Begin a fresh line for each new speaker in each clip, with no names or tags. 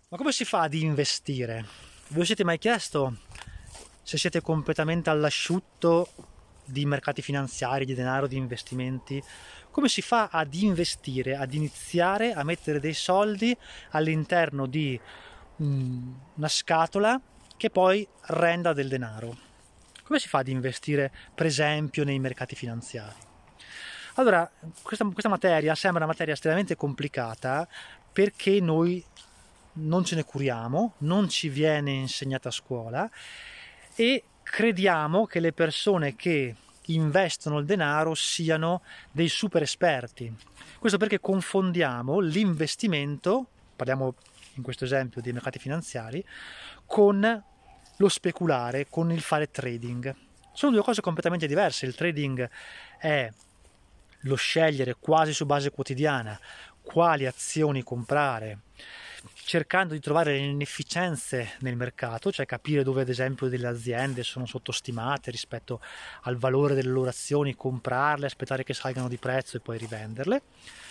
Ma come si fa ad investire? Ve lo siete mai chiesto se siete completamente all'asciutto di mercati finanziari, di denaro, di investimenti? Come si fa ad investire, ad iniziare a mettere dei soldi all'interno di una scatola che poi renda del denaro? Come si fa ad investire, per esempio, nei mercati finanziari? Allora, questa materia sembra una materia estremamente complicata perché noi non ce ne curiamo, non ci viene insegnata a scuola e crediamo che le persone che investono il denaro siano dei super esperti. Questo perché confondiamo l'investimento, parliamo in questo esempio dei mercati finanziari, con lo speculare, con il fare trading. Sono due cose completamente diverse. Il trading è lo scegliere quasi su base quotidiana quali azioni comprare, cercando di trovare le inefficienze nel mercato, cioè capire dove ad esempio delle aziende sono sottostimate rispetto al valore delle loro azioni, comprarle, aspettare che salgano di prezzo e poi rivenderle.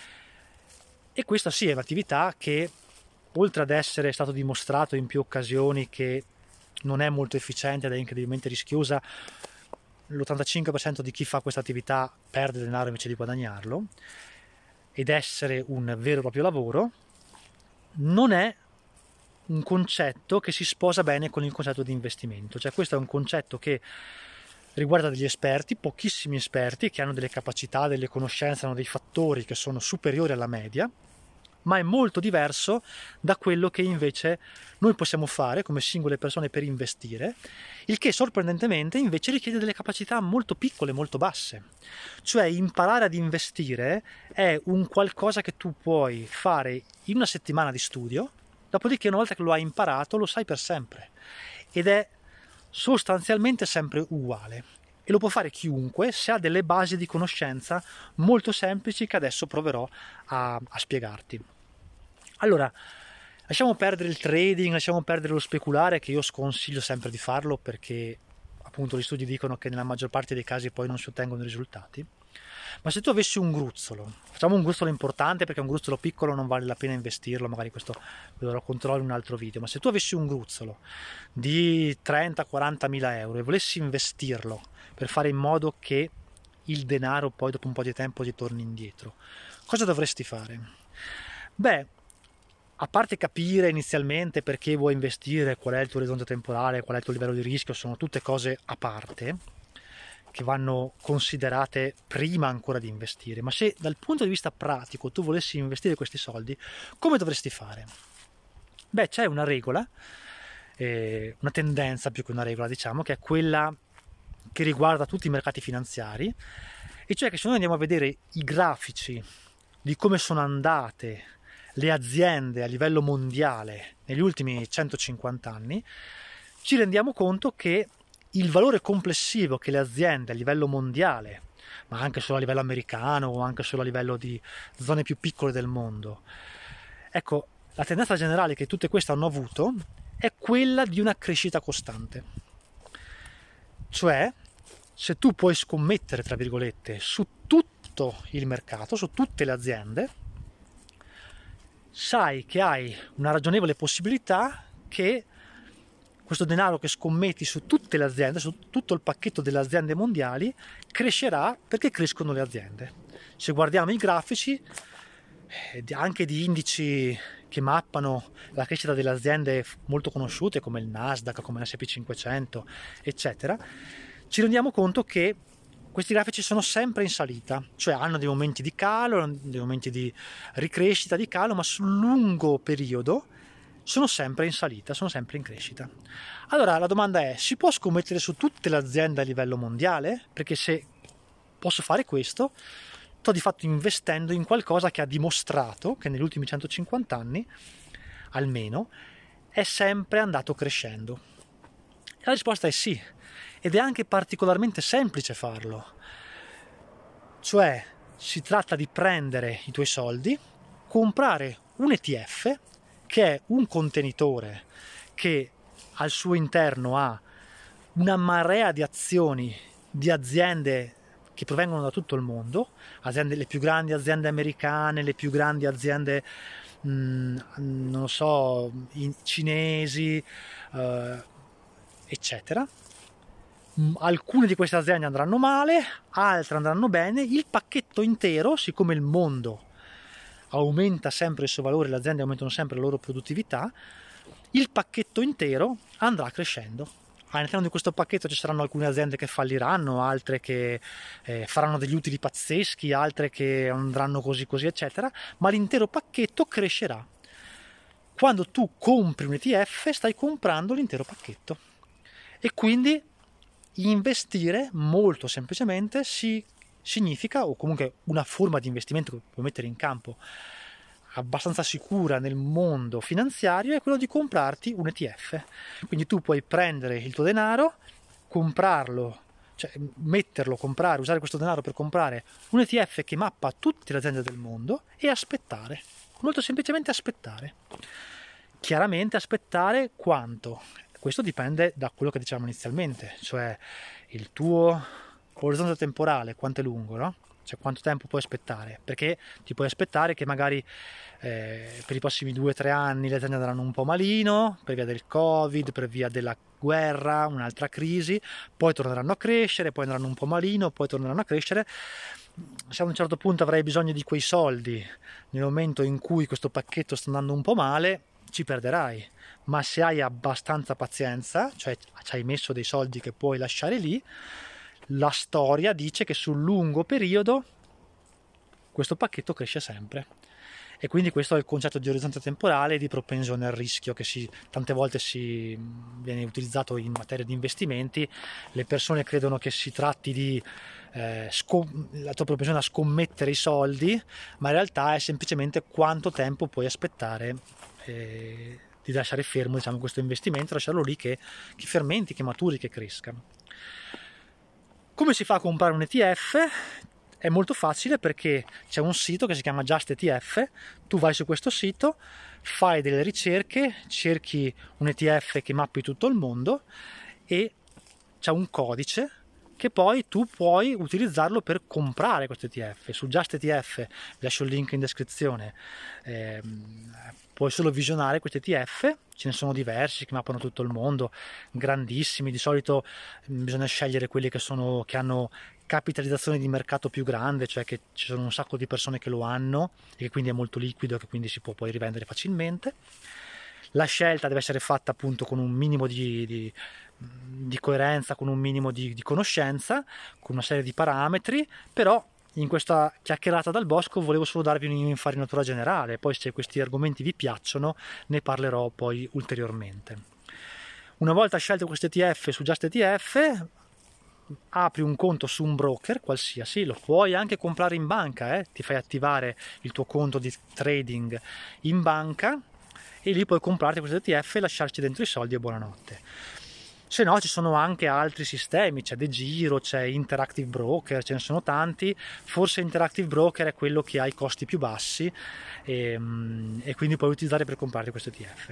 E questa sì è un'attività che, oltre ad essere stato dimostrato in più occasioni che non è molto efficiente ed è incredibilmente rischiosa, l'85% di chi fa questa attività perde denaro invece di guadagnarlo, ed essere un vero e proprio lavoro, non è un concetto che si sposa bene con il concetto di investimento. Cioè questo è un concetto che riguarda degli esperti, pochissimi esperti, che hanno delle capacità, delle conoscenze, hanno dei fattori che sono superiori alla media, ma è molto diverso da quello che invece noi possiamo fare come singole persone per investire, il che sorprendentemente invece richiede delle capacità molto piccole, molto basse. Cioè imparare ad investire è un qualcosa che tu puoi fare in una settimana di studio, dopodiché una volta che lo hai imparato lo sai per sempre ed è sostanzialmente sempre uguale. E lo può fare chiunque se ha delle basi di conoscenza molto semplici che adesso proverò a spiegarti. Allora, lasciamo perdere il trading, lasciamo perdere lo speculare, che io sconsiglio sempre di farlo perché appunto gli studi dicono che nella maggior parte dei casi poi non si ottengono risultati. Ma se tu avessi un gruzzolo, facciamo un gruzzolo importante perché un gruzzolo piccolo non vale la pena investirlo, magari questo lo controllo in un altro video, ma se tu avessi un gruzzolo di 30-40 mila euro e volessi investirlo per fare in modo che il denaro poi dopo un po' di tempo ti torni indietro, cosa dovresti fare? Beh, a parte capire inizialmente perché vuoi investire, qual è il tuo orizzonte temporale, qual è il tuo livello di rischio, sono tutte cose a parte che vanno considerate prima ancora di investire. Ma se dal punto di vista pratico tu volessi investire questi soldi, come dovresti fare? Beh, c'è una regola, una tendenza più che una regola, diciamo, che è quella che riguarda tutti i mercati finanziari, e cioè che se noi andiamo a vedere i grafici di come sono andate le aziende a livello mondiale negli ultimi 150 anni, ci rendiamo conto che il valore complessivo che le aziende a livello mondiale, ma anche solo a livello americano o anche solo a livello di zone più piccole del mondo, ecco, la tendenza generale che tutte queste hanno avuto è quella di una crescita costante. Cioè, se tu puoi scommettere, tra virgolette, su tutto il mercato, su tutte le aziende, sai che hai una ragionevole possibilità che questo denaro che scommetti su tutte le aziende, su tutto il pacchetto delle aziende mondiali, crescerà perché crescono le aziende. Se guardiamo i grafici, anche di indici che mappano la crescita delle aziende molto conosciute come il Nasdaq, come l'S&P 500, eccetera, ci rendiamo conto che questi grafici sono sempre in salita, cioè hanno dei momenti di calo, dei momenti di ricrescita, di calo, ma sul lungo periodo sono sempre in salita, sono sempre in crescita. Allora la domanda è: si può scommettere su tutte le aziende a livello mondiale? Perché se posso fare questo, sto di fatto investendo in qualcosa che ha dimostrato che negli ultimi 150 anni, almeno, è sempre andato crescendo. E la risposta è sì, ed è anche particolarmente semplice farlo. Cioè, si tratta di prendere i tuoi soldi, comprare un ETF, che è un contenitore che al suo interno ha una marea di azioni di aziende che provengono da tutto il mondo, le più grandi aziende americane, le più grandi aziende non lo so, cinesi, eccetera. Alcune di queste aziende andranno male, altre andranno bene. Il pacchetto intero, siccome il mondo aumenta sempre il suo valore, le aziende aumentano sempre la loro produttività, il pacchetto intero andrà crescendo. All'interno di questo pacchetto ci saranno alcune aziende che falliranno, altre che faranno degli utili pazzeschi, altre che andranno così eccetera, ma l'intero pacchetto crescerà. Quando tu compri un ETF stai comprando l'intero pacchetto, e quindi investire molto semplicemente significa, o comunque una forma di investimento che puoi mettere in campo abbastanza sicura nel mondo finanziario, è quello di comprarti un ETF. Quindi tu puoi prendere il tuo denaro, comprarlo, cioè metterlo, comprare, usare questo denaro per comprare un ETF che mappa tutte le aziende del mondo e aspettare, molto semplicemente aspettare. Chiaramente aspettare quanto? Questo dipende da quello che dicevamo inizialmente, cioè il tuo orizzonte temporale, quanto è lungo, no? Cioè quanto tempo puoi aspettare, perché ti puoi aspettare che magari per i prossimi 2 o 3 anni le aziende andranno un po' malino per via del Covid, per via della guerra, un'altra crisi, poi torneranno a crescere, poi andranno un po' malino, poi torneranno a crescere. Se a un certo punto avrai bisogno di quei soldi nel momento in cui questo pacchetto sta andando un po' male, ci perderai. Ma se hai abbastanza pazienza, cioè ci hai messo dei soldi che puoi lasciare lì, la storia dice che sul lungo periodo questo pacchetto cresce sempre. E quindi questo è il concetto di orizzonte temporale e di propensione al rischio che tante volte viene utilizzato in materia di investimenti. Le persone credono che si tratti di la tua propensione a scommettere i soldi, ma in realtà è semplicemente quanto tempo puoi aspettare di lasciare fermo, diciamo, questo investimento, lasciarlo lì che fermenti, che maturi, che cresca. Come si fa a comprare un ETF? È molto facile, perché c'è un sito che si chiama Just ETF. Tu vai su questo sito, fai delle ricerche, cerchi un ETF che mappi tutto il mondo e c'è un codice che poi tu puoi utilizzarlo per comprare questo ETF. Su Just ETF, vi lascio il link in descrizione, puoi solo visionare questi ETF. Ce ne sono diversi che mappano tutto il mondo, grandissimi. Di solito bisogna scegliere quelli che hanno capitalizzazione di mercato più grande, cioè che ci sono un sacco di persone che lo hanno e che quindi è molto liquido e che quindi si può poi rivendere facilmente. La scelta deve essere fatta appunto con un minimo di coerenza, con un minimo di conoscenza, con una serie di parametri. Però in questa chiacchierata dal bosco volevo solo darvi un'infarinatura generale, poi se questi argomenti vi piacciono ne parlerò poi ulteriormente. Una volta scelto questo ETF su Just ETF, apri un conto su un broker qualsiasi, lo puoi anche comprare in banca, ti fai attivare il tuo conto di trading in banca e lì puoi comprarti questo ETF e lasciarci dentro i soldi e buonanotte. Se no ci sono anche altri sistemi, c'è DeGiro, c'è Interactive Broker, ce ne sono tanti. Forse Interactive Broker è quello che ha i costi più bassi e quindi puoi utilizzare per comprare questo ETF.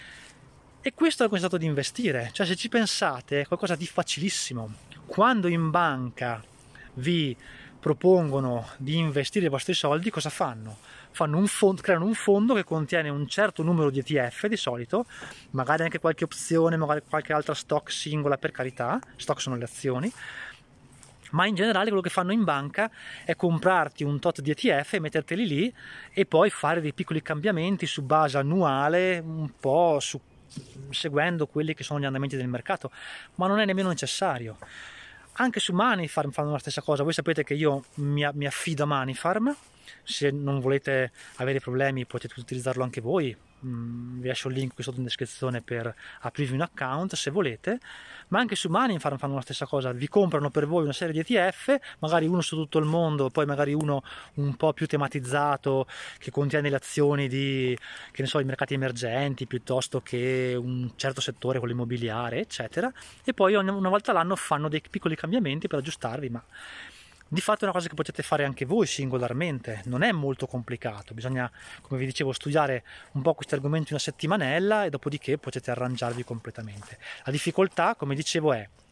E questo è il concetto di investire, cioè se ci pensate è qualcosa di facilissimo. Quando in banca vi propongono di investire i vostri soldi, cosa fanno? Creano un fondo che contiene un certo numero di ETF di solito, magari anche qualche opzione, magari qualche altra stock singola, per carità, stock sono le azioni, ma in generale quello che fanno in banca è comprarti un tot di ETF e metterteli lì e poi fare dei piccoli cambiamenti su base annuale, un po' seguendo quelli che sono gli andamenti del mercato, ma non è nemmeno necessario. Anche su Moneyfarm fanno la stessa cosa. Voi sapete che io mi affido a Moneyfarm. Se non volete avere problemi potete utilizzarlo anche voi. Vi lascio il link qui sotto in descrizione per aprirvi un account se volete. Ma anche su Moneyfarm fanno la stessa cosa, vi comprano per voi una serie di ETF, magari uno su tutto il mondo, poi magari uno un po' più tematizzato che contiene le azioni di, che ne so, i mercati emergenti piuttosto che un certo settore, quello immobiliare, eccetera, e poi una volta all'anno fanno dei piccoli cambiamenti per aggiustarvi, ma di fatto è una cosa che potete fare anche voi singolarmente, non è molto complicato, bisogna, come vi dicevo, studiare un po' questi argomenti una settimanella e dopodiché potete arrangiarvi completamente. La difficoltà, come dicevo, è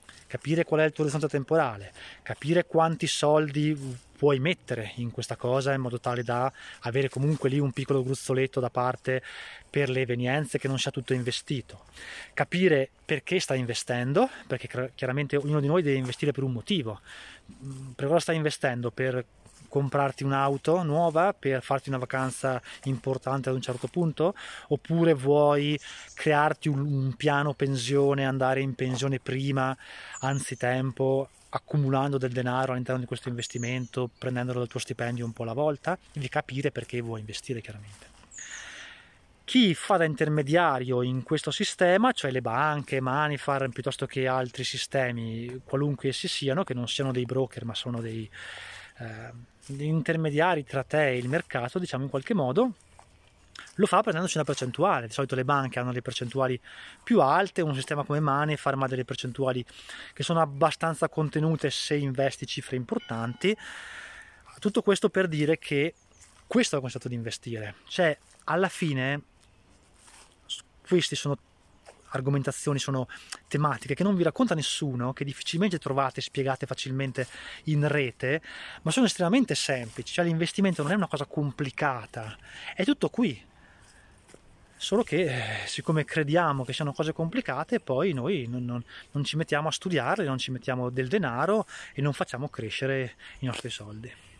capire qual è il tuo orizzonte temporale, capire quanti soldi puoi mettere in questa cosa in modo tale da avere comunque lì un piccolo gruzzoletto da parte per le evenienze, che non sia tutto investito, capire perché stai investendo, perché chiaramente ognuno di noi deve investire per un motivo. Per cosa stai investendo? Per comprarti un'auto nuova, per farti una vacanza importante ad un certo punto, oppure vuoi crearti un piano pensione, andare in pensione prima, anzitempo, accumulando del denaro all'interno di questo investimento, prendendolo dal tuo stipendio un po' alla volta. Devi capire perché vuoi investire, chiaramente. Chi fa da intermediario in questo sistema, cioè le banche, Moneyfarm, piuttosto che altri sistemi, qualunque essi siano, che non siano dei broker ma sono dei intermediari tra te e il mercato, diciamo, in qualche modo, lo fa prendendoci una percentuale. Di solito le banche hanno le percentuali più alte, un sistema come Moneyfarm ha delle percentuali che sono abbastanza contenute se investi cifre importanti. Tutto questo per dire che questo è il concetto di investire, cioè alla fine questi sono argomentazioni, sono tematiche che non vi racconta nessuno, che difficilmente trovate spiegate facilmente in rete, ma sono estremamente semplici. Cioè l'investimento non è una cosa complicata, è tutto qui, solo che siccome crediamo che siano cose complicate, poi noi non ci mettiamo a studiarle, non ci mettiamo del denaro e non facciamo crescere i nostri soldi.